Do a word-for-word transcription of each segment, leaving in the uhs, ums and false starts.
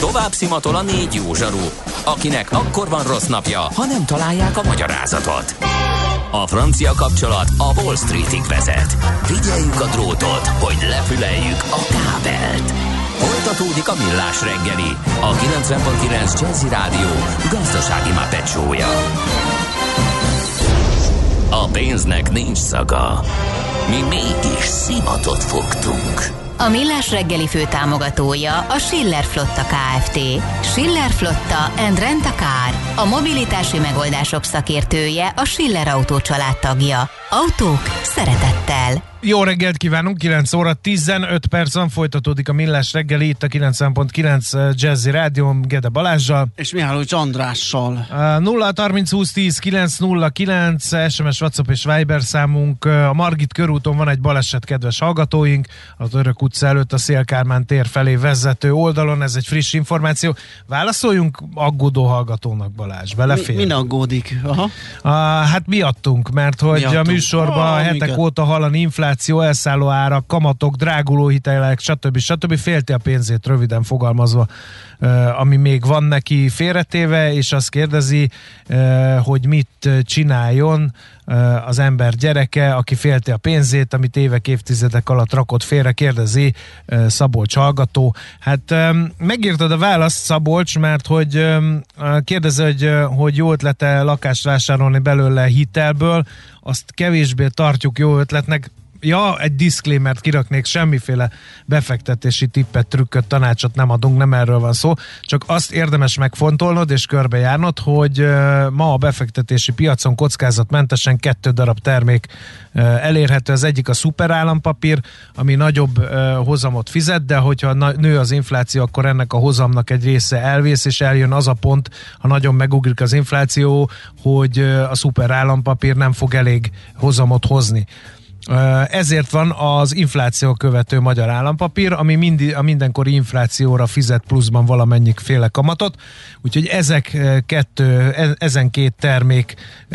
Tovább szimatol a négy jó zsaru, akinek akkor van rossz napja, ha nem találják a magyarázatot. A francia kapcsolat a Wall Streetig vezet. Figyeljük a drótot, hogy lefüleljük a kábelt. Folytatódik a Millás reggeli, a kilencven pont kilenc Jazzy Rádió gazdasági mápecsója. A pénznek nincs szaga. Mi mégis szimatot fogtunk. A Millás reggeli főtámogatója a Schiller Flotta Kft. Schiller Flotta and Rent a Car. A mobilitási megoldások szakértője, a Schiller Autó család tagja. Autók szeretettel. Jó reggelt kívánunk, kilenc óra tizenöt percen folytatódik a Millás reggeli itt a kilencven pont kilenc Jazzy Rádió Gede Balázssal. És Mihálovics Andrással. nulla harminc húsz tíz kilenc nulla kilenc es em es, WhatsApp és Viber számunk. A Margit körúton van egy baleset, kedves hallgatóink, az Örök utca előtt a Széll Kálmán tér felé vezető oldalon, ez egy friss információ. Válaszoljunk aggódó hallgatónak, Balázs, belefér? Mi, min aggódik? Aha. A, hát miattunk, mert hogy miattunk. a műsorban ah, hetek minket. óta hallani infláció, elszálló árak, kamatok, dráguló hitelek, stb. stb. Félti a pénzét, röviden fogalmazva, ami még van neki félretéve, és azt kérdezi, hogy mit csináljon az ember gyereke, aki félti a pénzét, amit évek, évtizedek alatt rakott félre, kérdezi Szabolcs hallgató. Hát megírtad a választ, Szabolcs, mert hogy kérdezi, hogy, hogy jó ötlete lakást vásárolni belőle hitelből, azt kevésbé tartjuk jó ötletnek. Ja, egy diszklémert kiraknék, semmiféle befektetési tippet, trükköt, tanácsot nem adunk, nem erről van szó, csak azt érdemes megfontolnod és körbejárnod, hogy ma a befektetési piacon kockázatmentesen kettő darab termék elérhető. Az egyik a szuperállampapír, ami nagyobb hozamot fizet, de hogyha nő az infláció, akkor ennek a hozamnak egy része elvész, és eljön az a pont, ha nagyon megugrik az infláció, hogy a szuperállampapír nem fog elég hozamot hozni. Ezért van az infláció követő magyar állampapír, ami mindi, a mindenkori inflációra fizet pluszban valamennyi féle kamatot, úgyhogy ezek kettő, ezen két termék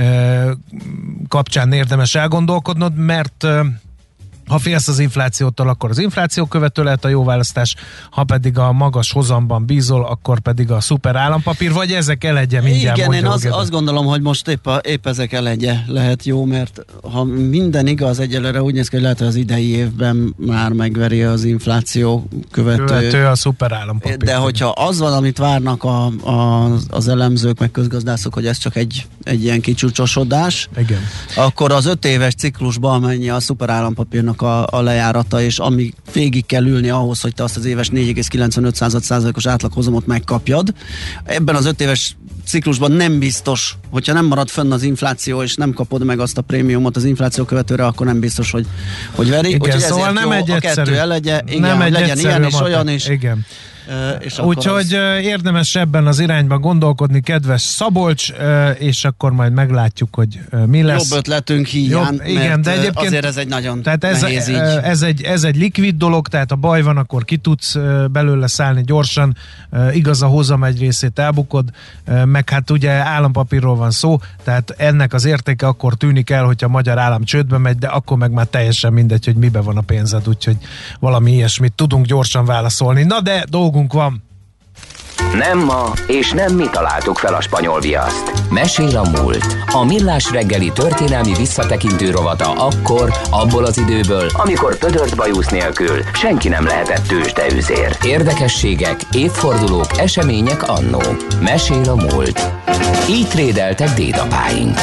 kapcsán érdemes elgondolkodnod, mert ha félsz az inflációtól, akkor az infláció követő lehet a jó választás, ha pedig a magas hozamban bízol, akkor pedig a szuper állampapír, vagy ezek elegye mindjárt. Igen, én az, azt gondolom, hogy most épp, a, épp ezek elegye lehet jó, mert ha minden igaz, egyelőre úgy néz ki, hogy lehet, hogy az idei évben már megveri az infláció követő. Követő a szuper állampapír. De hogyha az van, amit várnak a, a, az elemzők, meg közgazdászok, hogy ez csak egy, egy ilyen kicsúcsosodás, igen, akkor az öt éves ciklusban, amennyi a szuper állampapírnak A, a lejárata, és ami végig kell ülni ahhoz, hogy te azt az éves négy egész kilencvenöt százalékos átlaghozamot megkapjad. Ebben az öt éves ciklusban nem biztos, hogyha nem marad fönn az infláció, és nem kapod meg azt a prémiumot az infláció követőre, akkor nem biztos, hogy, hogy veri. Igen, úgyhogy szóval nem jó, egy a egyszerű, kettő elegye, igen, nem egy legyen ilyen és olyan is. Igen. Uh, Úgyhogy az... érdemes ebben az irányban gondolkodni, kedves Szabolcs, és akkor majd meglátjuk, hogy mi lesz. Jobb ötletünk hiány, Jobb, igen, de egyébként azért ez egy nagyon tehát ez, nehéz így. Ez egy, ez egy likvid dolog, tehát ha baj van, akkor ki tudsz belőle szállni gyorsan, igaz, a hozam egy részét elbukod, meg hát ugye állampapírról van szó, tehát ennek az értéke akkor tűnik el, hogyha a magyar állam csődbe megy, de akkor meg már teljesen mindegy, hogy mibe van a pénzed, úgyhogy valami ilyesmit tudunk gyorsan válaszolni. Na de dolgunk van. Nem ma, és nem mi találtuk fel a spanyol viaszt. Mesél a múlt. A Millás reggeli történelmi visszatekintő rovata akkor, abból az időből, amikor pödört bajusz nélkül senki nem lehetett tőzsdeüzér. Érdekességek, évfordulók, események annó. Mesél a múlt. Így trédeltek dédapáink.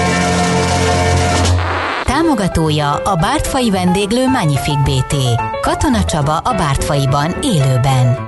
Támogatója a Bártfai vendéglő Magnifique bé té. Katona Csaba a Bártfaiban élőben.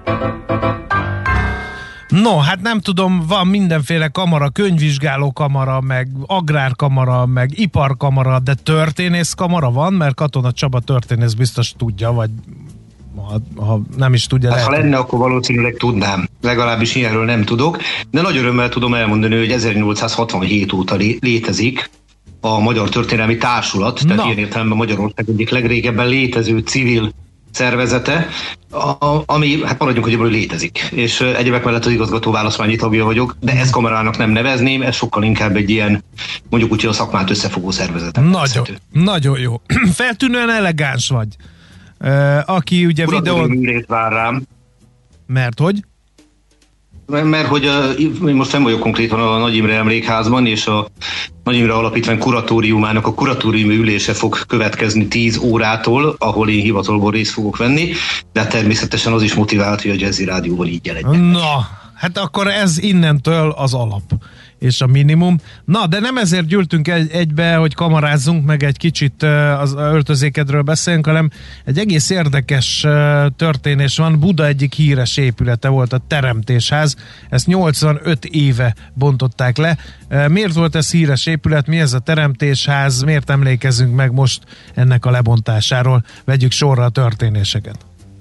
No, hát nem tudom, van mindenféle kamara, könyvvizsgáló kamara, meg agrárkamara, meg iparkamara, de történész kamara van, mert Katona Csaba történész biztos tudja, vagy ha, ha nem is tudja. Hát, lehet, ha lenne, akkor valószínűleg tudnám. Legalábbis ilyenről nem tudok, de nagy örömmel tudom elmondani, hogy ezernyolcszázhatvanhét óta létezik a Magyar Történelmi Társulat, tehát Na. ilyen értelemben Magyarország egyik legrégebben létező civil szervezete, a, ami, hát maradjunk, hogy ebből létezik. És egyébek mellett az igazgató választmányi tagja vagyok, de ezt kamarának nem nevezném, ez sokkal inkább egy ilyen, mondjuk úgy, hogy a szakmát összefogó szervezet. Nagyon, nagyon jó. Feltűnően elegáns vagy. Uh, aki ugye videón... Urat, vár rám. Mert hogy? mert hogy uh, most fenn vagyok konkrétan a Nagy Imre Emlékházban, és a Nagy Imre Alapítvány kuratóriumának a kuratóriumi ülése fog következni tíz órától, ahol én hivatalból részt fogok venni, de természetesen az is motivált, hogy a Jazzy Rádióban így jelenjen. Na, hát akkor ez innentől az alap és a minimum. Na, de nem ezért gyűltünk egy, egybe, hogy kamarázzunk, meg egy kicsit az öltözékedről beszélünk, hanem egy egész érdekes történés van. Buda egyik híres épülete volt a Teremtésház. Ezt nyolcvanöt éve bontották le. Miért volt ez híres épület? Mi ez a Teremtésház? Miért emlékezünk meg most ennek a lebontásáról? Vegyük sorra a történéseket.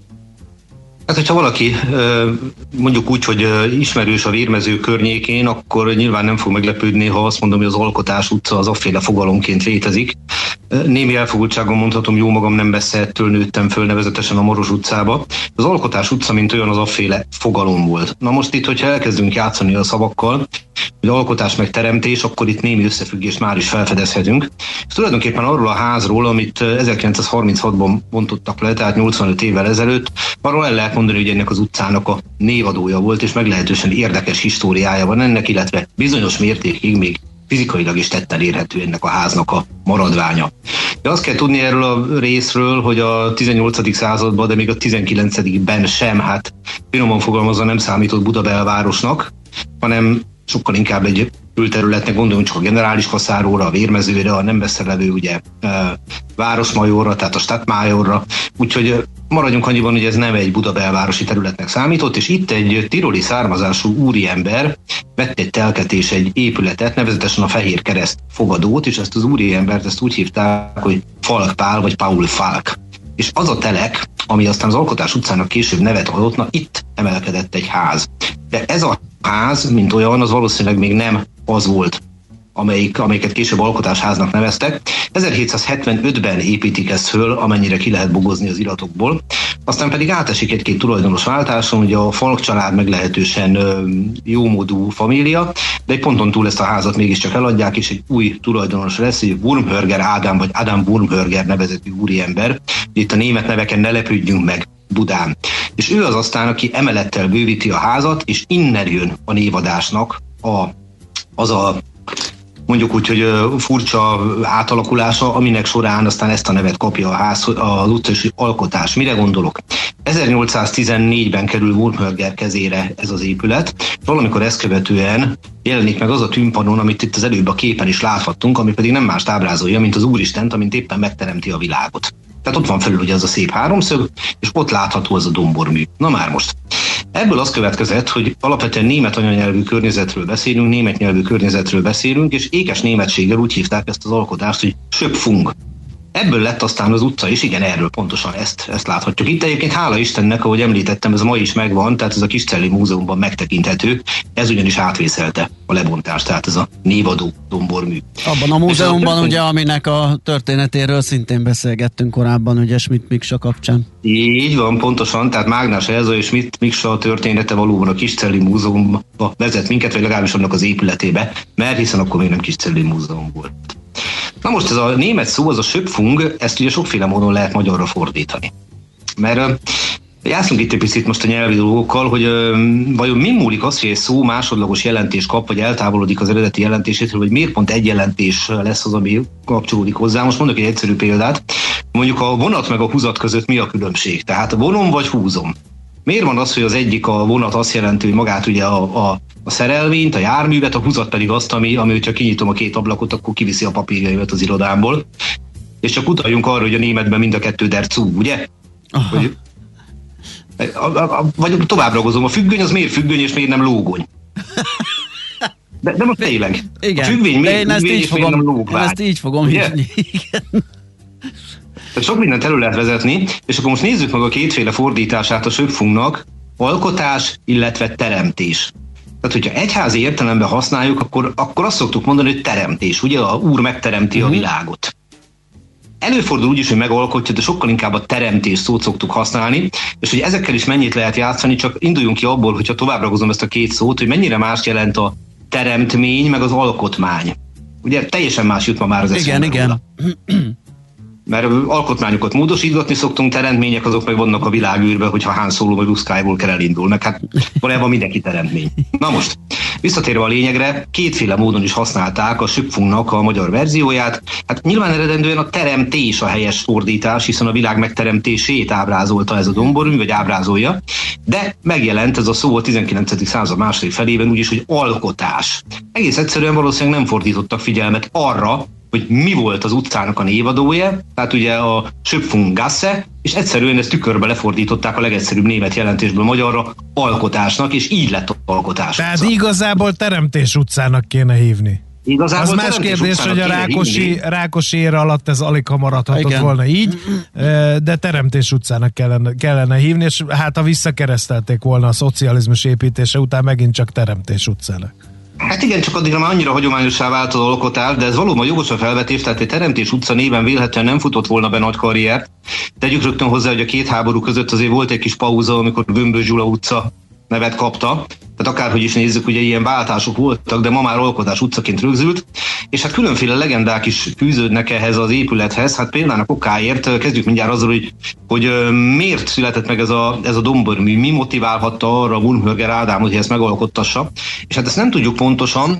Hát, hogyha valaki mondjuk úgy, hogy ismerős a Vérmező környékén, akkor nyilván nem fog meglepődni, ha azt mondom, hogy az Alkotás utca az afféle fogalomként létezik. Némi elfogultságon mondhatom, jó magam nem messze ettől nőttem föl, nevezetesen a Maros utcába. Az Alkotás utca, mint olyan, az afféle fogalom volt. Na most itt, hogyha elkezdünk játszani a szavakkal, hogy alkotás meg teremtés, akkor itt némi összefüggést már is felfedezhetünk. És tulajdonképpen arról a házról, amit ezerkilencszázharminchatban bontottak le, tehát nyolcvanöt évvel ezelőtt, arról el lehet mondani, hogy ennek az utcának a névadója volt, és meglehetősen érdekes históriája van ennek, illetve bizonyos mértékig még fizikailag is tetten érhető ennek a háznak a maradványa. De azt kell tudni erről a részről, hogy a tizennyolcadik században, de még a tizenkilencedikben sem, hát finoman fogalmazva nem számított Buda belvárosnak, hanem sokkal inkább egy külterületnek, gondoljunk csak a generális kaszáróra, a Vérmezőre, a nem messze levő ugye Városmajorra, tehát a Stadtmajorra, úgyhogy maradjunk annyiban, hogy ez nem egy Buda belvárosi területnek számított, és itt egy tiroli származású úriember vett egy telket és egy épületet, nevezetesen a Fehér Kereszt fogadót, és ezt az úriembert ezt úgy hívták, hogy Falk Pál vagy Paul Falk. És az a telek, ami aztán az Alkotás utcának később nevet adott, na itt emelkedett egy ház. De ez a ház, mint olyan, az valószínűleg még nem az volt, amelyik, amelyiket később Alkotásháznak neveztek. ezerhétszázhetvenötben építik ezt föl, amennyire ki lehet bogozni az iratokból. Aztán pedig átesik egy-két tulajdonos váltáson, ugye a Falk család meglehetősen jómódú família, de egy ponton túl ezt a házat mégiscsak eladják, és egy új tulajdonos lesz, egy Wurmhörger Ádám, vagy Ádám Wurmhörger nevezetű úriember. Itt a német neveken ne lepődjünk meg Budán. És ő az aztán, aki emelettel bővíti a házat, és innen jön a névadásnak a, az a mondjuk úgy, hogy furcsa átalakulása, aminek során aztán ezt a nevet kapja a ház, az utcai alkotás. Mire gondolok? ezernyolcszáztizennégyben kerül Wurmhörger kezére ez az épület, és valamikor ezt követően jelenik meg az a tűmpanon, amit itt az előbb a képen is láthattunk, ami pedig nem mást ábrázolja, mint az Úristent, amint éppen megteremti a világot. Tehát ott van felül ugye az a szép háromszög, és ott látható az a dombormű. Na már most. Ebből az következett, hogy alapvetően német anyanyelvű környezetről beszélünk, német nyelvű környezetről beszélünk, és ékes németséggel úgy hívták ezt az alkotást, hogy Schöpfung. Ebből lett aztán az utca, és igen, erről pontosan ezt, ezt láthatjuk. Itt egyébként hála Istennek, ahogy említettem, ez ma is megvan, tehát ez a Kiscelli Múzeumban megtekinthető, ez ugyanis átvészelte a lebontást, tehát ez a névadó dombormű. Abban a múzeumban, ugye, aminek a történetéről szintén beszélgettünk korábban, ugye Schmidt Miksa kapcsán. Így van, pontosan, tehát Mágnás Elza és Schmidt Miksa története valóban a Kiscelli Múzeumba vezet minket, vagy legalábbis annak az épületébe, mert hiszen akkor még nem Kiscelli Múzeum volt. Na most ez a német szó, az a Schöpfung, ezt ugye sokféle módon lehet magyarra fordítani. Mert játszunk itt egy picit most a nyelvi dolgokkal, hogy vajon mi múlik az, hogy egy szó másodlagos jelentést kap, vagy eltávolodik az eredeti jelentésétől, vagy miért pont egy jelentés lesz az, ami kapcsolódik hozzá. Most mondok egy egyszerű példát. Mondjuk a vonat meg a húzat között mi a különbség? Tehát vonom vagy húzom? Miért van az, hogy az egyik a vonat azt jelenti, hogy magát ugye a, a, a szerelvényt, a járművet, a húzat pedig azt, ami, ami hogyha kinyitom a két ablakot, akkor kiviszi a papírjaimat az irodámból. És csak utaljunk arra, hogy a németben mind a kettő der zu, ugye? Hogy, a, a, a, vagy tovább ragozom, a függöny az miért függöny és miért nem lógony? De, de most tényleg. Igen. A függvény miért én függvény és miért nem lógvány? Én ezt így fogom hívni. Tehát sok mindent elő lehet vezetni, és akkor most nézzük meg a kétféle fordítását a Schöpfungnak, alkotás, illetve teremtés. Tehát, hogyha egyházi értelemben használjuk, akkor, akkor azt szoktuk mondani, hogy teremtés, ugye a Úr megteremti uh-huh. a világot. Előfordul úgy is, hogy megalkotja, de sokkal inkább a teremtés szót szoktuk használni, és hogy ezekkel is mennyit lehet játszani, csak induljunk ki abból, hogyha tovább ragozom ezt a két szót, hogy mennyire más jelent a teremtmény, meg az alkotmány. Ugye teljesen más jut ma már az eszünkbe. Igen, igen. mert alkotmányokat módosítgatni szoktunk, teremtmények azok meg vannak a világűrben, hogyha Han Solo vagy Luke Skywalker elindul, meg hát valójában mindenki teremtmény. Na most, visszatérve a lényegre, kétféle módon is használták a Schöpfungnak a magyar verzióját. Hát nyilván eredendően a teremtés a helyes fordítás, hiszen a világ megteremtését ábrázolta ez a dombormű, vagy ábrázolja, de megjelent ez a szó a tizenkilencedik század második felében úgyis, hogy alkotás. Egész egyszerűen valószínűleg nem fordítottak figyelmet arra, hogy mi volt az utcának a névadója, tehát ugye a Schöpfungsgasse, és egyszerűen ezt tükörbe lefordították a legegyszerűbb német jelentésből magyarra alkotásnak, és így lett alkotás. Tehát utca. Igazából Teremtés utcának kéne hívni. Igazából az más kérdés, hogy a Rákosi, Rákosi ér alatt ez alig ha maradhatott Igen. volna így, de Teremtés utcának kellene, kellene hívni, és hát ha visszakeresztelték volna a szocializmus építése után megint csak Teremtés utcának. Hát igen, csak addigra már annyira hagyományossá vált az alkotás, de ez valóban jogos a felvetés, tehát egy Teremtés utca néven vélhetően nem futott volna be nagy karriert. Tegyük rögtön hozzá, hogy a két háború között azért volt egy kis pauza, amikor Gömbös Gyula utca nevet kapta. Tehát akárhogy is nézzük, ugye ilyen váltások voltak, de ma már alkotás utcaként rögzült, és hát különféle legendák is fűződnek ehhez az épülethez. Hát például okáért kezdjük mindjárt azzal, hogy, hogy miért született meg ez a, ez a dombormű, mi motiválhatta arra Wurmhörger Ádámot, hogy ezt megalkottassa, és hát ezt nem tudjuk pontosan,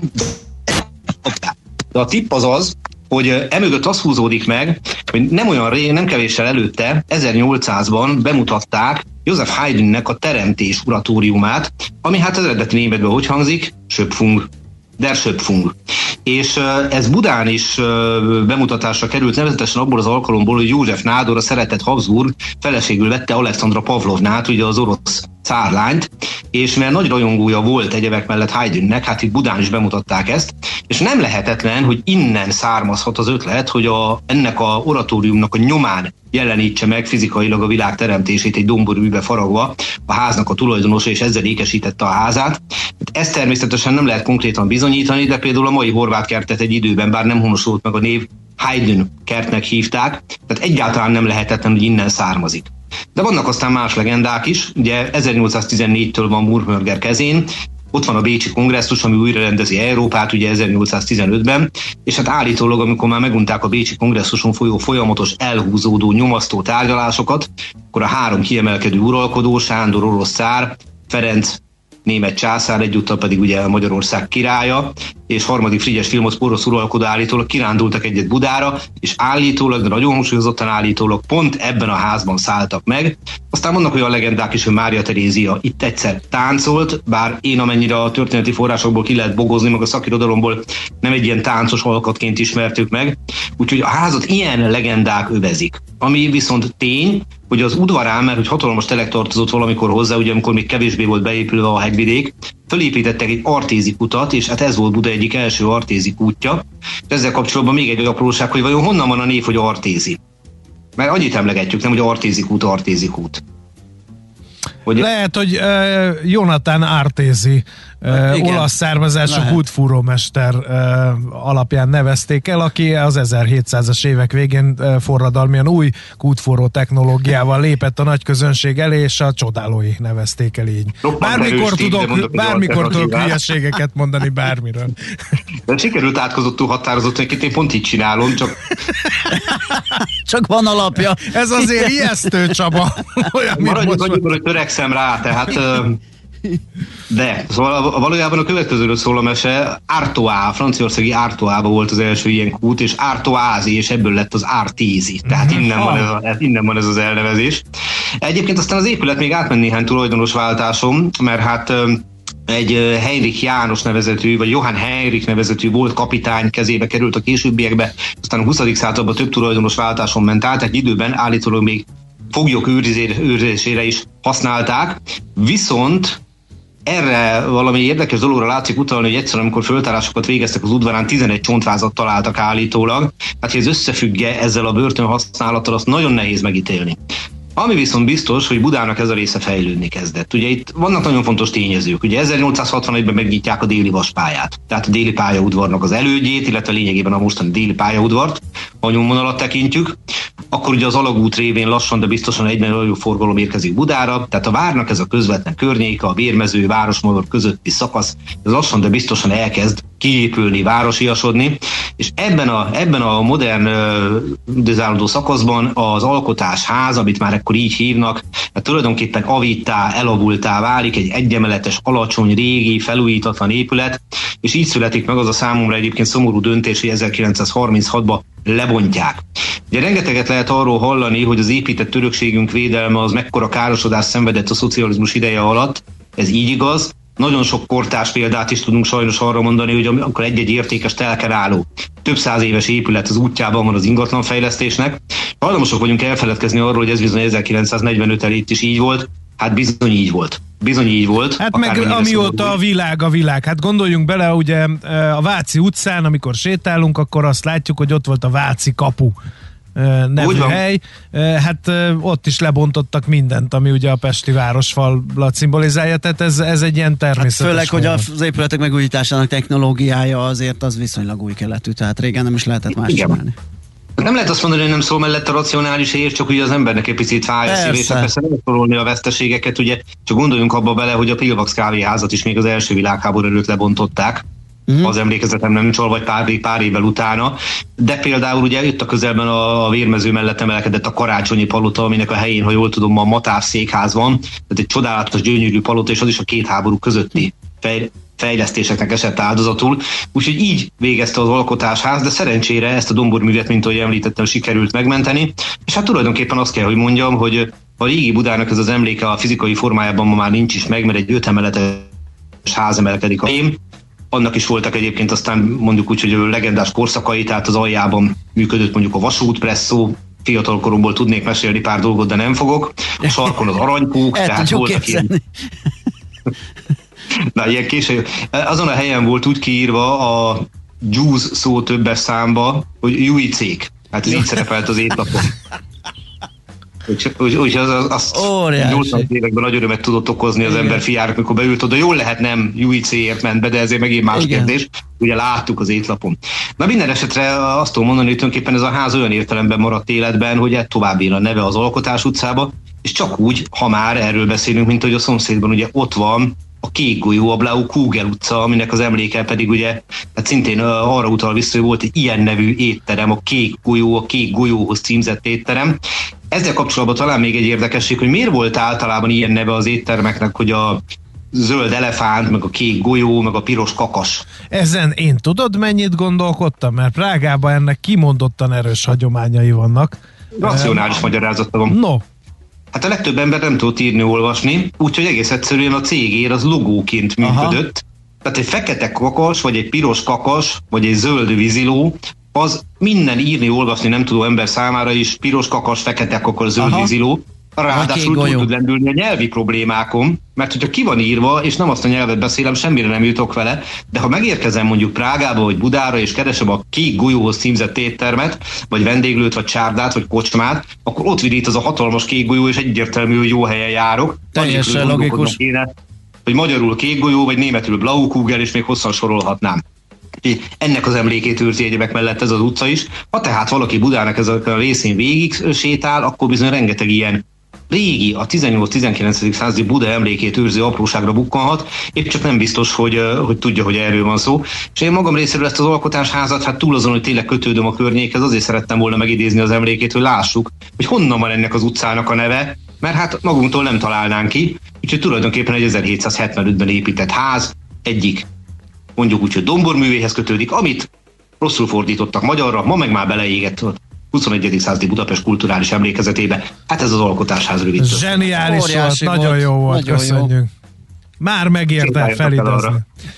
de a tipp az az, hogy emögött az húzódik meg, hogy nem olyan rég, nem kevéssel előtte, ezernyolcszázban bemutatták Joseph Haydnnek a Teremtés uratóriumát, ami hát az eredeti németben hogy hangzik? Schöpfung, der Schöpfung. És ez Budán is bemutatásra került, nevezetesen abból az alkalomból, hogy József Nádor, a szeretett Habsburg feleségül vette Alexandra Pavlovnát, ugye az orosz cárlányt, és mert nagy rajongója volt egyebek mellett Haydnnek, hát itt Budán is bemutatták ezt, és nem lehetetlen, hogy innen származhat az ötlet, hogy a, ennek a oratóriumnak a nyomán jelenítse meg fizikailag a világ teremtését egy domborműbe faragva a háznak a tulajdonosa, és ezzel ékesítette a házát. Ezt természetesen nem lehet konkrétan bizonyítani, de például a mai Horváth kertet egy időben, bár nem honosult meg a név, Haydn kertnek hívták, tehát egyáltalán nem lehetetlen, hogy innen származik. De vannak aztán más legendák is, ugye ezernyolcszáztizennégytől van Wurmhörger kezén, ott van a Bécsi kongresszus, ami újra rendezi Európát, ugye ezernyolcszáztizenötben, és hát állítólag, amikor már megunták a Bécsi kongresszuson folyó folyamatos, elhúzódó, nyomasztó tárgyalásokat, akkor a három kiemelkedő uralkodó, Sándor orosz cár, Ferenc német császár, egyúttal pedig ugye Magyarország királya, és harmadik Frigyes Vilmos orosz uralkodó állítólag kirándultak egyet Budára, és állítólag, de nagyon hangsúlyozottan állítólag pont ebben a házban szálltak meg. Aztán vannak olyan legendák is, hogy Mária Terézia itt egyszer táncolt, bár én amennyire a történeti forrásokból ki lehet bogozni, meg a szakirodalomból nem egy ilyen táncos alkatként ismertük meg. Úgyhogy a házat ilyen legendák övezik. Ami viszont tény, hogy az udvarán, mert hogy hatalmas telek tartozott valamikor hozzá, ugye amikor még kevésbé volt beépülve a hegyvidék, felépítettek egy artézik utat, és hát ez volt Buda egyik első artézik útja. Ezzel kapcsolatban még egy apróság, hogy vajon honnan van a név, hogy artézi? Mert annyit emlegetjük, nem, hogy artézik út, artézik út. Hogy Lehet, hogy uh, Jonathan Artézi uh, olasz származású útfúrómester uh, alapján nevezték el, aki az ezerhétszázas évek végén uh, forradalmian új útfúró technológiával lépett a nagy közönség elé, és a csodálói nevezték el így. Bármikor tudok, bármikor tudok hülyeségeket mondani bármiről. De sikerült átkozottul határozott, hogy én pont így csinálom, csak... csak van alapja. Ez azért ijesztő, Csaba. Maradjunk annyiban, hogy törekszem rá, tehát de szóval valójában a következőről szól a mese. Artois, franciaországi Artois-ban volt az első ilyen kút, és Artoázi, és ebből lett az Artézi. Tehát innen van, ez a, innen van ez az elnevezés. Egyébként aztán az épület még átment néhány tulajdonos váltáson, mert hát egy Heinrich János nevezetű, vagy Johann Heinrich nevezetű volt kapitány kezébe került a későbbiekbe, aztán a huszadik században több tulajdonos váltáson ment át, egy időben állítólag még foglyok őrzésére is használták, viszont erre valami érdekes dologra látszik utalni, hogy egyszer, amikor föltárásokat végeztek az udvarán, tizenegy csontvázat találtak állítólag, hát hogy ez összefügge ezzel a börtön használattal, azt nagyon nehéz megítélni. Ami viszont biztos, hogy Budának ez a része fejlődni kezdett. Ugye itt vannak nagyon fontos tényezők. Ugye ezernyolcszázhatvanegyben megnyitják a déli vaspályát. Tehát a déli pályaudvarnak az elődjét, illetve lényegében a mostani déli pályaudvart, ha nyomvonalat tekintjük. akkor ugye az alagút révén lassan, de biztosan egyben nagyobb forgalom érkezik Budára, tehát a várnak ez a közvetlen környéke, a Vérmező, Városmajor közötti szakasz, ez lassan, de biztosan elkezd kiépülni, városiasodni, és ebben a, ebben a modern üdezálódó szakaszban az alkotásház, amit már ekkor így hívnak, hát tulajdonképpen avittá, elavultá válik, egy egyemeletes, alacsony, régi, felújítatlan épület, és így születik meg az a számomra egyébként szomorú döntés, hogy ezerkilencszázharminchatban lebontják. Ugye rengeteget lehet arról hallani, hogy az épített örökségünk védelme az mekkora károsodást szenvedett a szocializmus ideje alatt, ez így igaz. Nagyon sok kortárs példát is tudunk sajnos arra mondani, hogy amikor egy-egy értékes telken álló, több száz éves épület az útjában van az ingatlanfejlesztésnek. Hajlamosak vagyunk elfeledkezni arról, hogy ez bizony ezerkilencszáznegyvenöt előtt is így volt. Hát bizony így volt. Bizony így volt. Hát meg amióta a világ a világ. Hát gondoljunk bele, ugye a Váci utcán, amikor sétálunk, akkor azt látjuk, hogy ott volt a Váci kapu nevű hely. Hát ott is lebontottak mindent, ami ugye a pesti városfalat szimbolizálja, tehát ez, ez egy ilyen természetes. Hát főleg, hogy az épületek megújításának technológiája azért az viszonylag új keletű, tehát régen nem is lehetett más csinálni. Nem lehet azt mondani, hogy nem szól mellett a racionális ér, csak ugye az embernek egy picit fáj a szív, és persze nem sorolni a veszteségeket, ugye csak gondoljunk abba bele, hogy a Pilvax kávéházat is még az első világháború előtt lebontották, uh-huh. az emlékezetem nem csal, vagy pár, pár évvel utána, de például ugye itt a közelben a Vérmező mellett emelkedett a Karácsonyi palota, aminek a helyén, ha jól tudom, ma a Matár székház van, tehát egy csodálatos, gyönyörű palota, és az is a két háború közötti fej, fejlesztéseknek esett áldozatul. Úgyhogy így végezte az alkotásház, de szerencsére ezt a domborművet, mint ahogy említettem, sikerült megmenteni. És hát tulajdonképpen azt kell, hogy mondjam, hogy a régi Budának ez az emléke a fizikai formájában ma már nincs is meg, mert egy öt emeletes ház emelkedik a helyén. Annak is voltak egyébként aztán mondjuk úgy, hogy legendás korszakai, tehát az aljában működött mondjuk a vasútpresszó, fiatal koromból tudnék mesélni pár dolgot, de nem fogok. A sarkon az aranykók, tehát voltak ilyen... Na, ilyen késő. Azon a helyen volt úgy kiírva a juice szó többes számba, hogy juicék. Hát ez így szerepelt az étlapon. Úgyhogy úgy, az, az, azt nyolcvanas években nagy örömet tudott okozni az igen. ember fiának, mikor beült oda. Jól lehet nem juicéért ment be, de ezért megint más igen. kérdés. Ugye láttuk az étlapon. Na minden esetre azt tudom mondani, hogy tulajdonképpen ez a ház olyan értelemben maradt életben, hogy tovább él a neve az Alkotás utcába, és csak úgy, ha már erről beszélünk, mint hogy a szomszédban ugye ott van a Kék golyó, a Blau Kugel utca, aminek az emléke pedig ugye, hát szintén arra utal vissza, hogy volt egy ilyen nevű étterem, a Kék golyó, a Kék golyóhoz címzett étterem. Ezzel kapcsolatban talán még egy érdekesség, hogy miért volt általában ilyen neve az éttermeknek, hogy a zöld elefánt, meg a kék golyó, meg a piros kakas. Ezen én tudod mennyit gondolkodtam? Mert Prágában ennek kimondottan erős hagyományai vannak. Racionális uh, magyarázata van. No. Hát a legtöbb ember nem tudott írni, olvasni, úgyhogy egész egyszerűen a cégér az logóként működött. Aha. Tehát egy fekete kakas, vagy egy piros kakas, vagy egy zöld víziló, az minden írni, olvasni nem tudó ember számára is piros kakas, fekete kakas, zöld Aha. víziló. Ráadásul túl tud lendülni a nyelvi problémákon, mert hogyha ki van írva, és nem azt a nyelvet beszélem, semmire nem jutok vele, de ha megérkezem mondjuk Prágába, vagy Budára, és keresem a Kék golyóhoz címzett éttermet, vagy vendéglőt, vagy csárdát, vagy kocsmát, akkor ott virít az a hatalmas kék golyó, és egyértelmű, hogy jó helyen járok. Teljesen logikus. Kéne, hogy magyarul kék golyó, vagy németül Blau Kugel, és még hosszan sorolhatnám. Ennek az emlékét őrzi egyebek mellett ez az utca is. Ha tehát valaki Budának ez a részén végig sétál, akkor bizony rengeteg ilyen régi, a tizennyolc-tizenkilencedik századi Buda emlékét őrző apróságra bukkanhat, épp csak nem biztos, hogy, hogy tudja, hogy erről van szó. És én magam részéről ezt az alkotásházat, hát túl azon, hogy tényleg kötődöm a környékhez, azért szerettem volna megidézni az emlékét, hogy lássuk, hogy honnan van ennek az utcának a neve, mert hát magunktól nem találnánk ki, úgyhogy tulajdonképpen egy ezerhétszázhetvenötben épített ház, egyik mondjuk úgy, hogy domborművéhez kötődik, amit rosszul fordítottak magyarra, ma meg már beleégett a huszonegyedik századi Budapest kulturális emlékezetébe. Hát ez az alkotásház rövid. Zseniális volt, nagyon jó volt, nagyon köszönjük. Jó. Már megérte felidezni.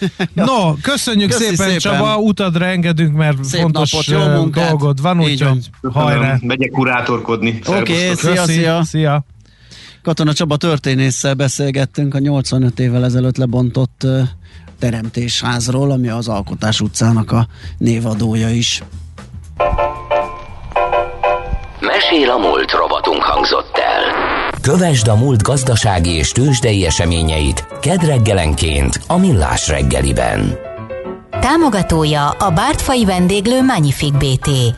No, köszönjük szépen, szépen, Csaba, utadra engedünk, mert szép fontos napot, dolgod van, úgyhogy hajrá. Megyek kurátorkodni. Oké, okay, szia, szia. szia. Katona Csaba történésszel beszélgettünk a nyolcvanöt évvel ezelőtt lebontott uh, teremtésházról, ami az Alkotás utcának a névadója is. Mesél a múlt rovatunk hangzott el. Kövesd a múlt gazdasági és tőzsdei eseményeit kedd reggelenként a Millás reggeliben. Támogatója a Bártfai vendéglő Magnifique bé té.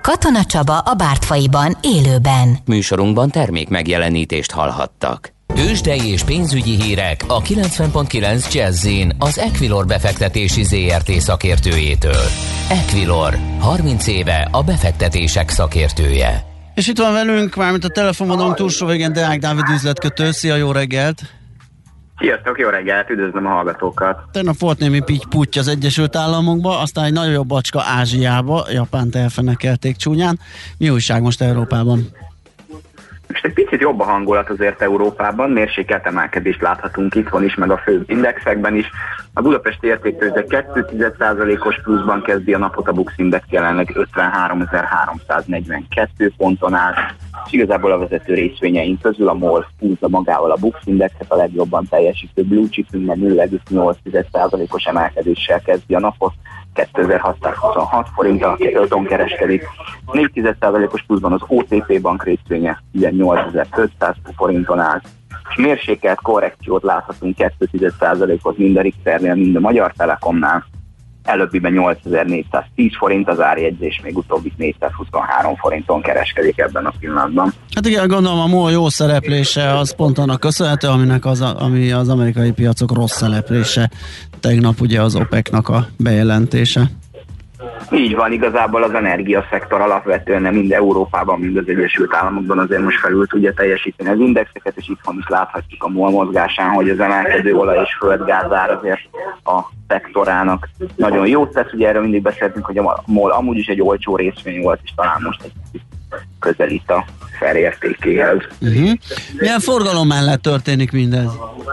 Katona Csaba a Bártfaiban élőben. Műsorunkban termék megjelenítést hallhattak. Tőzsdei és pénzügyi hírek a kilencven pont kilenc Jazz-in az Equilor befektetési zé er té szakértőjétől. Equilor, harminc éve a befektetések szakértője. És itt van velünk, mármint a telefonvonalunk túlsó végén Deák Dávid üzletkötő. Szia, jó reggelt! Sziasztok, jó reggelt, üdvözlöm a hallgatókat! Tegnap volt némi pitty-putty az Egyesült Államokba, aztán egy nagyobb bacska Ázsiába, Japánt elfenekelték csúnyán. Mi újság most Európában? Most egy picit jobb a hangulat azért Európában, mérsékelt emelkedést láthatunk itthon is, meg a fő indexekben is. A budapesti értéktőzsde két egész egy százalékos pluszban kezdi a napot, a Bux Index jelenleg ötvenháromezer-háromszáznegyvenkettő ponton áll, és igazából a vezető részvényeink közül a MOL húzza magával a Bux Indexet, a legjobban teljesítő Blue Chipünkben nulla egész nyolc százalékos emelkedéssel kezdi a napot, kétezer-hatszázhuszonhat forinton kereskedik. négy egész egy százalékos pluszban az o té pé bank részvénye tizennyolcezer-ötszáz forinton áll. És mérsékelt korrekciót láthatunk két egész egy százalékot mind a Richternél, mind a Magyar Telekomnál. Előbbiben nyolcezer-négyszáztíz forint az árjegyzés, még utóbbi négyszázhuszonhárom forinton kereskedik ebben a pillanatban. Hát igen, gondolom a MOL jó szereplése az pont annak köszönhető, aminek az, ami az amerikai piacok rossz szereplése. Tegnap ugye az OPEC-nak a bejelentése. Így van, igazából az energiaszektor alapvetően nem mind Európában, mind az Egyesült Államokban azért most felül tudja teljesíteni az indexeket, és itthon is láthatjuk a MOL mozgásán, hogy az emelkedő olaj és földgázár azért a szektorának nagyon jót tesz. Ugye erről mindig beszéltünk, hogy a MOL amúgy is egy olcsó részvény volt, és talán most egy közelít a felértékéhez. Uh-huh. Milyen forgalom mellett történik mindez?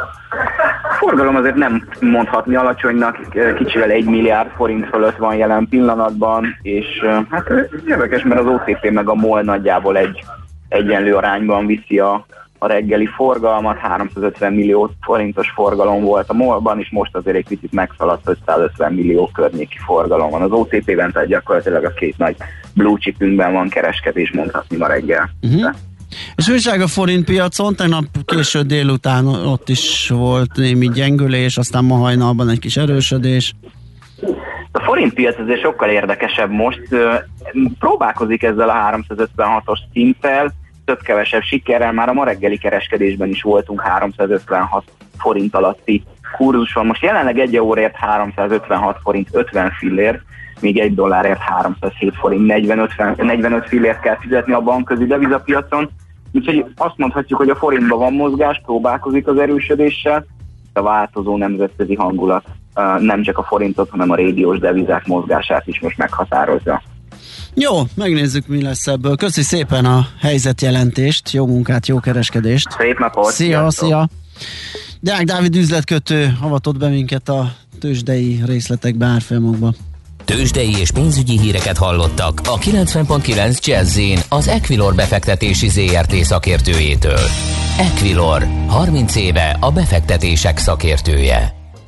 A forgalom azért nem mondhatni alacsonynak, kicsivel egy milliárd forint fölött van jelen pillanatban, és hát érdekes, mert az o té pé meg a MOL nagyjából egy egyenlő arányban viszi a, a reggeli forgalmat, háromszázötven millió forintos forgalom volt a MOL-ban, és most azért egy picit megszaladt, ötszázötven millió környéki forgalom van az o té pében, tehát gyakorlatilag a két nagy blue chipünkben van kereskedés, mondhatni ma reggel. Uh-huh. És újság a forint piacon, tegnap késő délután ott is volt némi gyengülés, aztán ma hajnalban egy kis erősödés. A forint piac azért sokkal érdekesebb most. Próbálkozik ezzel a háromszázötvenhatos szinttel, több-kevesebb sikerrel, már a ma reggeli kereskedésben is voltunk háromszázötvenhat forint alatti kurzuson. Most jelenleg egy euróért háromszázötvenhat forint ötven fillért, még egy dollárért háromszázhét forint negyvenöt fillért kell fizetni a bankközi devizapiacon. Úgyhogy azt mondhatjuk, hogy a forintban van mozgás, próbálkozik az erősödéssel. A változó nemzetközi hangulat nem csak a forintot, hanem a régiós devizák mozgását is most meghatározza. Jó, megnézzük, mi lesz ebből. Köszi szépen a helyzetjelentést, jó munkát, jó kereskedést. Szép napot! Szia, sziasztok. szia! Deák Dávid üzletkötő avatott be minket a tőzsdei részletekbe, árfolyamokba. Tőzsdei és pénzügyi híreket hallottak a kilencven pont kilenc Jazz-in az Equilor befektetési zé er té szakértőjétől. Equilor, harminc éve a befektetések szakértője.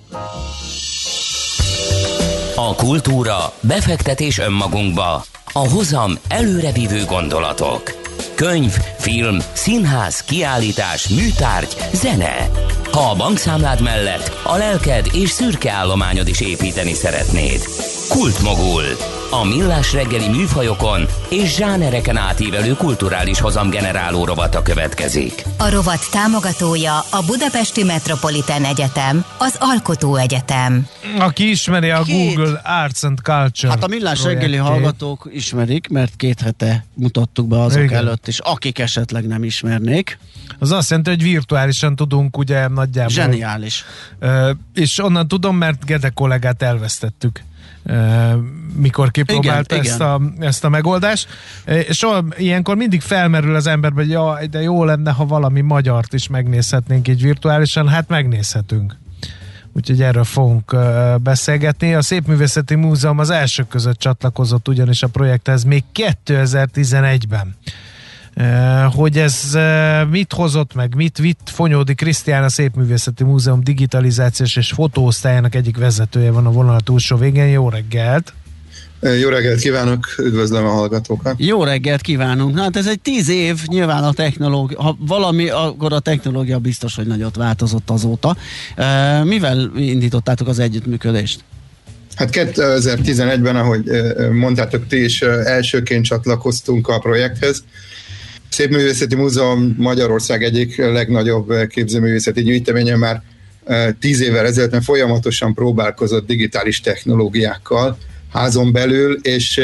A kultúra, befektetés önmagunkba, a hozam előrevívő gondolatok. Könyv, film, színház, kiállítás, műtárgy, zene. Ha a bankszámlád mellett a lelked és szürke állományod is építeni szeretnéd. Kultmogul. A millás reggeli műfajokon és zsánereken átívelő kulturális hozamgeneráló rovata következik. A rovat támogatója a Budapesti Metropolitan Egyetem, az Alkotó Egyetem. Aki ismeri a Két. Google Arts and Culture Hát a millás projektjét. reggeli hallgatók ismerik, mert két hete mutattuk be azok Igen. előtt is, akik esetleg nem ismernék. Az azt jelenti, hogy virtuálisan tudunk ugye nagyjából. Zseniális. Ö, és onnan tudom, mert Gede kollégát elvesztettük, ö, mikor kipróbálta Igen, ezt, igen. a, ezt a megoldást. És so, ilyenkor mindig felmerül az emberben, hogy jaj, de jó lenne, ha valami magyart is megnézhetnénk így virtuálisan. Hát megnézhetünk. Úgyhogy erről fogunk uh, beszélgetni. A Szépművészeti Múzeum az elsők között csatlakozott ugyanis a projekthez még kétezer-tizenegyben. Uh, hogy ez uh, mit hozott meg, mit vitt, Fonyódi Krisztián, a Szépművészeti Múzeum digitalizációs és fotóosztályának egyik vezetője van a vonal túlsó végén. Jó reggelt! Jó reggelt kívánok, üdvözlöm a hallgatókat! Jó reggelt kívánunk! Na, hát ez egy tíz év, nyilván a technológia, ha valami, akkor a technológia biztos, hogy nagyot változott azóta. Uh, mivel indítottátok az együttműködést? Hát kétezer-tizenegyben, ahogy mondtátok ti is, elsőként csatlakoztunk a projekthez. Szépművészeti Múzeum Magyarország egyik legnagyobb képzőművészeti gyűjteménye már tíz évvel ezelőtt folyamatosan próbálkozott digitális technológiákkal házon belül, és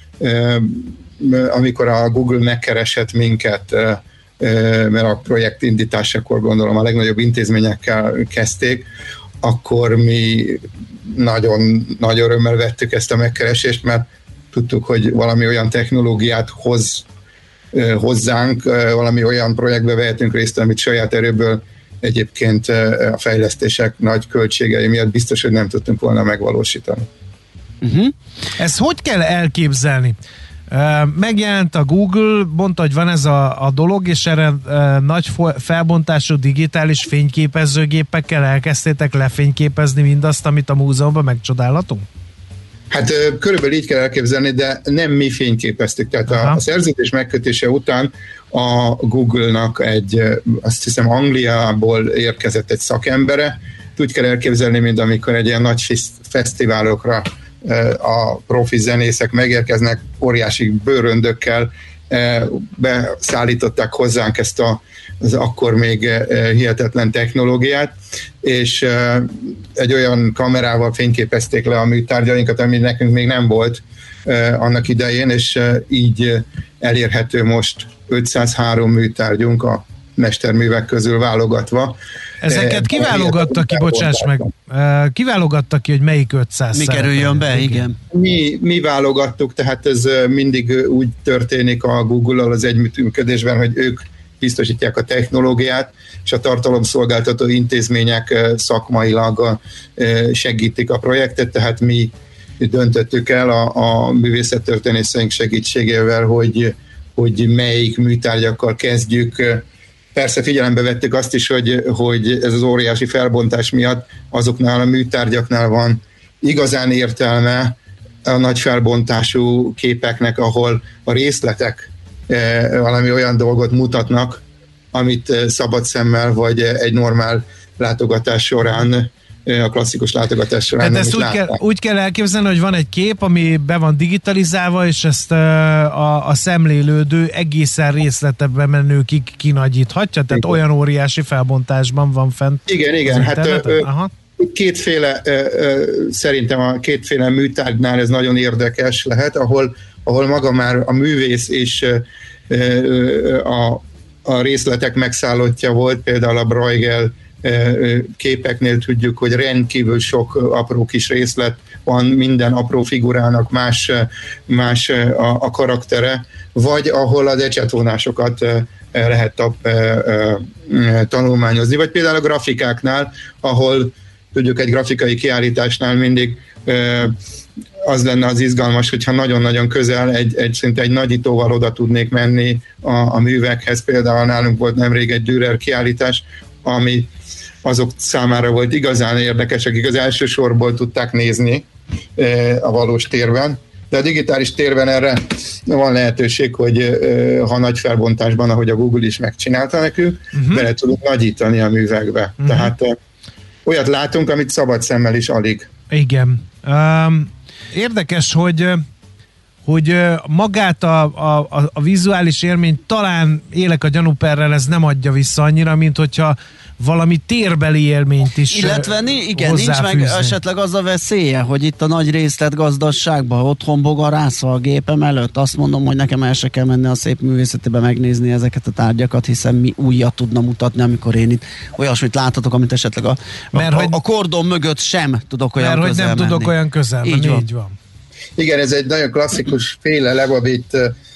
amikor a Google megkeresett minket, mert a projekt indításakor gondolom a legnagyobb intézményekkel kezdték, akkor mi nagyon nagy örömmel vettük ezt a megkeresést, mert tudtuk, hogy valami olyan technológiát hoz hozzánk, valami olyan projektbe vehetünk részt, amit saját erőből egyébként a fejlesztések nagy költségei miatt biztos, hogy nem tudtunk volna megvalósítani. Uh-huh. Ezt hogy kell elképzelni? Megjelent a Google, mondta, hogy van ez a, a dolog, és erre nagy felbontású digitális fényképezőgépekkel elkezdtétek lefényképezni mindazt, amit a múzeumban megcsodálhatunk? Hát körülbelül így kell elképzelni, de nem mi fényképeztük. Tehát a, a szerződés megkötése után a Google-nak egy, azt hiszem Angliából érkezett egy szakembere. Úgy kell elképzelni, mint amikor egy ilyen nagy fesztiválokra a profi zenészek megérkeznek, óriási bőröndökkel beszállították hozzánk ezt a, az akkor még hihetetlen technológiát, és egy olyan kamerával fényképezték le a műtárgyainkat, ami nekünk még nem volt annak idején, és így elérhető most ötszázhárom műtárgyunk a mesterművek közül válogatva. Ezeket kiválogatta ki, bocsáss meg, kiválogatta ki, hogy melyik ötszáz mi kerüljön be, igen. Mi, mi válogattuk, tehát ez mindig úgy történik a Google-al az együttműködésben, hogy ők biztosítják a technológiát, és a tartalomszolgáltató intézmények szakmailag segítik a projektet, tehát mi döntöttük el a, a művészettörténészeink segítségével, hogy, hogy melyik műtárgyakkal kezdjük. Persze figyelembe vettük azt is, hogy, hogy ez az óriási felbontás miatt azoknál a műtárgyaknál van igazán értelme a nagy felbontású képeknek, ahol a részletek eh, valami olyan dolgot mutatnak, amit szabad szemmel vagy egy normál látogatás során, a klasszikus látogatás során. Hát ezt úgy kell, úgy kell elképzelni, hogy van egy kép, ami be van digitalizálva, és ezt a, a szemlélődő egészen részletebben menőkig kinagyíthatja, tehát igen. Olyan óriási felbontásban van fent. Igen, igen, hát ö, kétféle, ö, ö, szerintem a kétféle műtárgynál ez nagyon érdekes lehet, ahol, ahol maga már a művész és ö, ö, a, a részletek megszállottja volt, például a Bruegel képeknél tudjuk, hogy rendkívül sok apró kis részlet van, minden apró figurának más, más a, a karaktere, vagy ahol az ecsetvonásokat lehet a, a, a, tanulmányozni, vagy például a grafikáknál, ahol tudjuk egy grafikai kiállításnál mindig az lenne az izgalmas, hogyha nagyon-nagyon közel egy, egy szinte egy nagyítóval oda tudnék menni a, a művekhez. Például nálunk volt nemrég egy Dürer kiállítás, ami azok számára volt igazán érdekes, akik az első sorból tudták nézni a valós térben, de a digitális térben erre van lehetőség, hogy ha nagy felbontásban, ahogy a Google is megcsinálta nekünk, uh-huh. bele tudunk nagyítani a művekbe. Uh-huh. Tehát olyat látunk, amit szabad szemmel is alig. Igen. Um, érdekes, hogy hogy magát a, a, a vizuális élményt talán élek a gyanúperrel, ez nem adja vissza annyira, mint hogyha valami térbeli élményt is illetve igen, nincs meg esetleg az a veszélye, hogy itt a nagy részletgazdaságban otthon bogarászva a gépem előtt azt mondom, hogy nekem el se kell menni a szép művészetébe megnézni ezeket a tárgyakat, hiszen mi újat tudna mutatni, amikor én itt olyasmit láthatok, amit esetleg a, mert a, hogy, a kordon mögött sem tudok olyan mert közel hogy nem menni. tudok olyan közel menni. Így van. Így van. Igen, ez egy nagyon klasszikus félelem, amit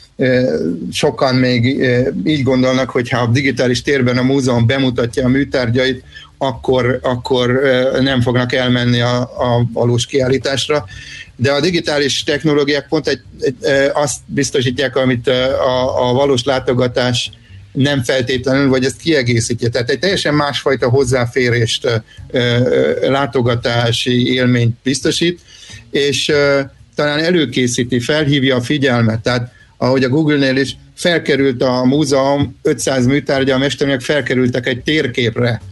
sokan még így gondolnak, hogy ha a digitális térben a múzeum bemutatja a műtárgyait, akkor, akkor nem fognak elmenni a, a valós kiállításra. De a digitális technológiák pont egy, egy, azt biztosítják, amit a, a valós látogatás nem feltétlenül, vagy ezt kiegészítje. Tehát egy teljesen másfajta hozzáférést, látogatási élményt biztosít, és talán előkészíti, felhívja a figyelmet. Tehát ahogy a Google-nél is felkerült a múzeum ötszáz műtárgya, a mesterművek felkerültek egy térképre.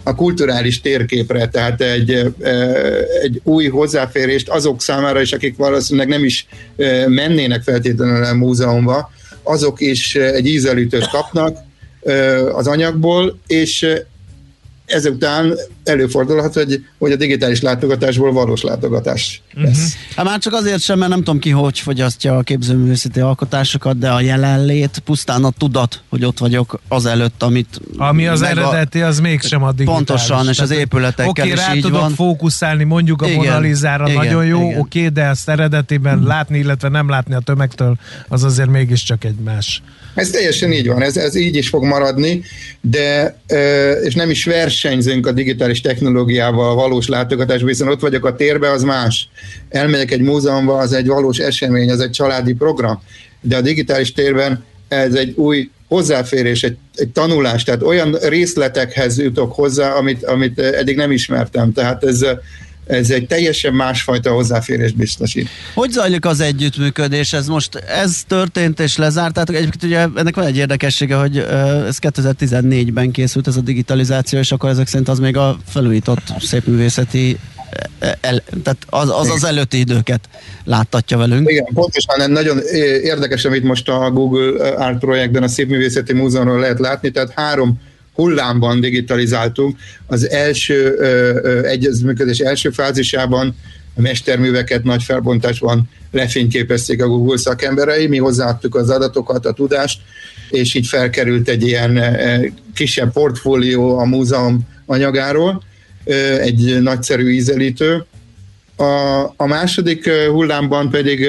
a kulturális térképre, tehát egy, egy új hozzáférést azok számára is, akik valószínűleg nem is mennének feltétlenül a múzeumba, azok is egy ízelítőt kapnak az anyagból, és ezután előfordulhat, hogy, hogy a digitális látogatásból valós látogatás lesz. Uh-huh. Hát már csak azért sem, mert nem tudom ki, hogy fogyasztja a képzőművészeti alkotásokat, de a jelenlét, pusztán a tudat, hogy ott vagyok azelőtt, amit... Ami az eredeti, az mégsem a digitális. Pontosan, és az épületekkel okay, is rá így tudok van. fókuszálni mondjuk a igen, Mona Lisára, igen, nagyon jó, oké, okay, de ezt eredetiben hmm. látni, illetve nem látni a tömegtől, az azért mégiscsak egy más. Ez teljesen így van, ez, ez így is fog maradni, de és nem is versenyzünk a digitális technológiával a valós látogatásban, hiszen ott vagyok a térbe, az más. Elmegyek egy múzeumba, az egy valós esemény, az egy családi program, de a digitális térben ez egy új hozzáférés, egy, egy tanulás, tehát olyan részletekhez jutok hozzá, amit, amit eddig nem ismertem, tehát ez ez egy teljesen másfajta hozzáférést biztosít. Hogy zajlik az együttműködés? Ez most ez történt és lezárt, tehát egyébként ugye ennek van egy érdekessége, hogy ez kétezer-tizennégyben készült ez a digitalizáció, és akkor ezek szerint az még a felújított szépművészeti el, tehát az, az az előtti időket láttatja velünk. Igen, pontosan nagyon érdekes, amit most a Google Art projektben a Szépművészeti Múzeumról lehet látni, tehát három hullámban digitalizáltunk. Az első együttműködés első fázisában a mesterműveket nagy felbontásban lefényképezték a Google szakemberei, mi hozzáadtuk az adatokat, a tudást, és így felkerült egy ilyen kisebb portfólió a múzeum anyagáról, egy nagyszerű ízelítő. A, a második hullámban pedig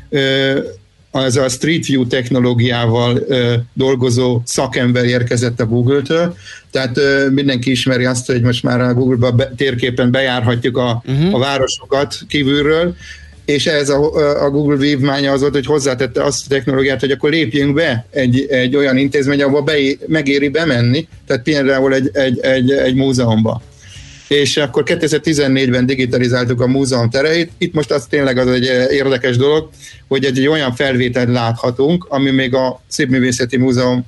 az a Street View technológiával ö, dolgozó szakember érkezett a Google-től, tehát ö, mindenki ismeri azt, hogy most már a Google-ba be, térképen bejárhatjuk a, uh-huh. a városokat kívülről, és ez a, a Google vívmánya az volt, hogy hozzátette azt a technológiát, hogy akkor lépjünk be egy, egy olyan intézmény, ahol be, megéri bemenni, tehát például egy, egy, egy, egy múzeumba. És akkor kétezer-tizennégyben digitalizáltuk a múzeum tereit. Itt most az tényleg az egy érdekes dolog, hogy egy, egy olyan felvételt láthatunk, ami még a Szépművészeti Múzeum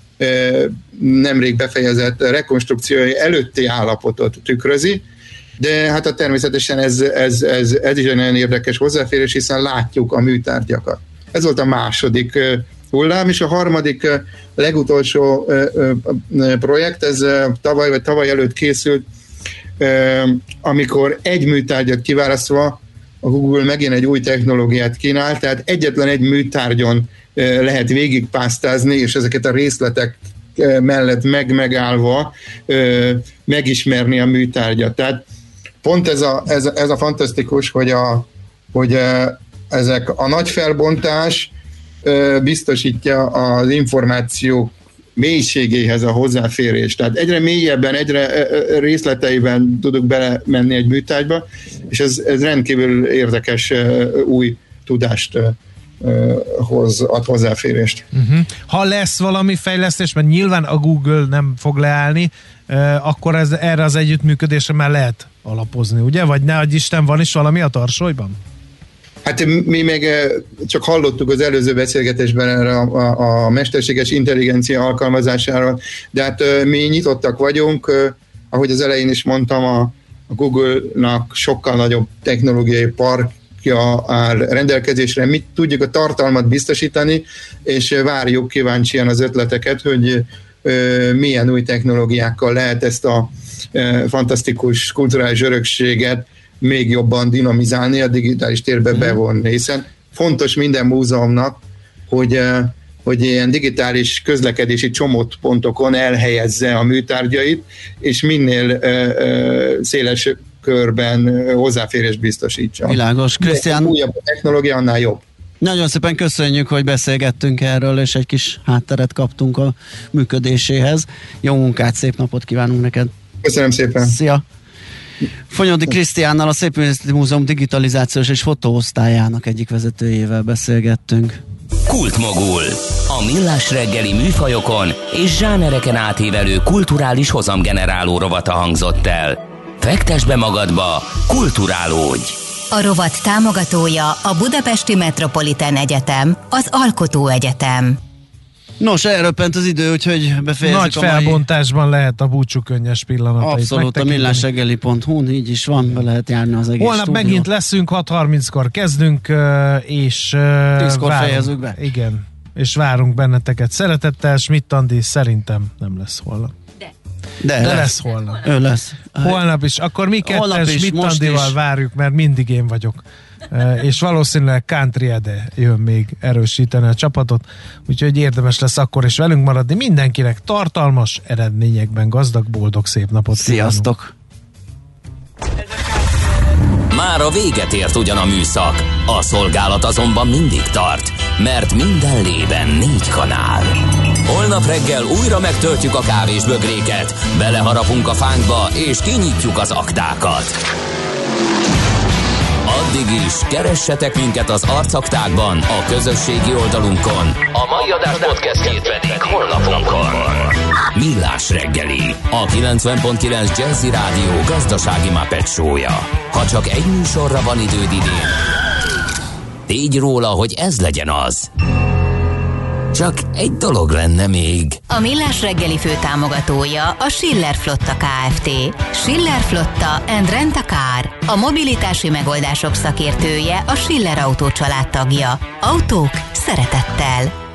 nemrég befejezett rekonstrukciói előtti állapotot tükrözi, de hát a természetesen ez, ez, ez, ez is egy nagyon érdekes hozzáférés, hiszen látjuk a műtárgyakat. Ez volt a második hullám, és a harmadik legutolsó projekt, ez tavaly vagy tavaly előtt készült, amikor egy műtárgyat kiválasztva a Google megint egy új technológiát kínál, tehát egyetlen egy műtárgyon lehet végigpásztázni, és ezeket a részletek mellett meg-megállva megismerni a műtárgyat. Tehát pont ez a, ez, ez a fantasztikus, hogy, a, hogy ezek a nagy felbontás biztosítja az információk mélységéhez a hozzáférés. Tehát egyre mélyebben, egyre részleteiben tudok belemenni egy műtárgyba, és ez, ez rendkívül érdekes új tudást hoz, ad hozzáférést. Uh-huh. Ha lesz valami fejlesztés, mert nyilván a Google nem fog leállni, akkor ez, erre az együttműködésre már lehet alapozni, ugye? Vagy ne adj Isten, van is valami a tarsolyban? Hát mi még csak hallottuk az előző beszélgetésben erre a, a, a mesterséges intelligencia alkalmazásáról, de hát mi nyitottak vagyunk, ahogy az elején is mondtam, a, a Google-nak sokkal nagyobb technológiai parkja áll rendelkezésre, mit tudjuk a tartalmat biztosítani, és várjuk kíváncsian az ötleteket, hogy milyen új technológiákkal lehet ezt a fantasztikus kulturális örökséget még jobban dinamizálni, a digitális térbe bevonni, hiszen fontos minden múzeumnak, hogy, hogy ilyen digitális közlekedési csomópontokon elhelyezze a műtárgyait, és minél széles körben hozzáférést biztosítsa. Világos. Krisztián, újabb a technológia, annál jobb. Nagyon szépen köszönjük, hogy beszélgettünk erről, és egy kis hátteret kaptunk a működéséhez. Jó munkát, szép napot kívánunk neked! Köszönöm szépen! Szia! Fonyódi Krisztiánnal, a Szépművészeti Múzeum digitalizációs és fotóosztályának egyik vezetőjével beszélgettünk. Kultmogul. A millás reggeli műfajokon és zsánereken átívelő kulturális hozamgeneráló rovata hangzott el. Fektesd be magadba, kulturálódj! A rovat támogatója a Budapesti Metropolitán Egyetem, az Alkotó Egyetem. Nos, elröppent az idő, úgyhogy befejezzük Nagy a mai... felbontásban lehet a búcsúkönnyes pillanatait. Abszolút, a millásreggeli pont hu, így is van, be lehet járni az egész Holnap stúdió. megint leszünk, hat harminckor kezdünk, és tízkor fejezzük be. Igen, és várunk benneteket szeretettel. Schmidt Andi szerintem nem lesz holnap. De, De lesz. lesz holnap. Ő lesz. Holnap is. Akkor mi ketten Schmidt Andival várjuk, mert mindig én vagyok. Uh, és valószínűleg Country Ede jön még erősíteni a csapatot, úgyhogy érdemes lesz akkor is velünk maradni. Mindenkinek tartalmas, eredményekben gazdag, boldog, szép napot Sziasztok! Kívánunk. Már a véget ért ugyan a műszak, a szolgálat azonban mindig tart, mert minden lében négy kanál. Holnap reggel újra megtöltjük a kávésbögréket, beleharapunk a fánkba és kinyitjuk az aktákat. Addig is keressetek minket az arcaktákban, a közösségi oldalunkon. A mai adás podcastjét pedig honlapunkon. Millás reggeli, a kilencven pont kilenc Jazzy Rádió gazdasági Muppet show-ja. Ha csak egy műsorra van időd idén, tégy róla, hogy ez legyen az. Csak egy dolog lenne még. A Millás reggeli főtámogatója a Schiller Flotta Kft. Schiller Flotta and Rent a Car. A mobilitási megoldások szakértője, a Schiller Autó család tagja. Autók szeretettel.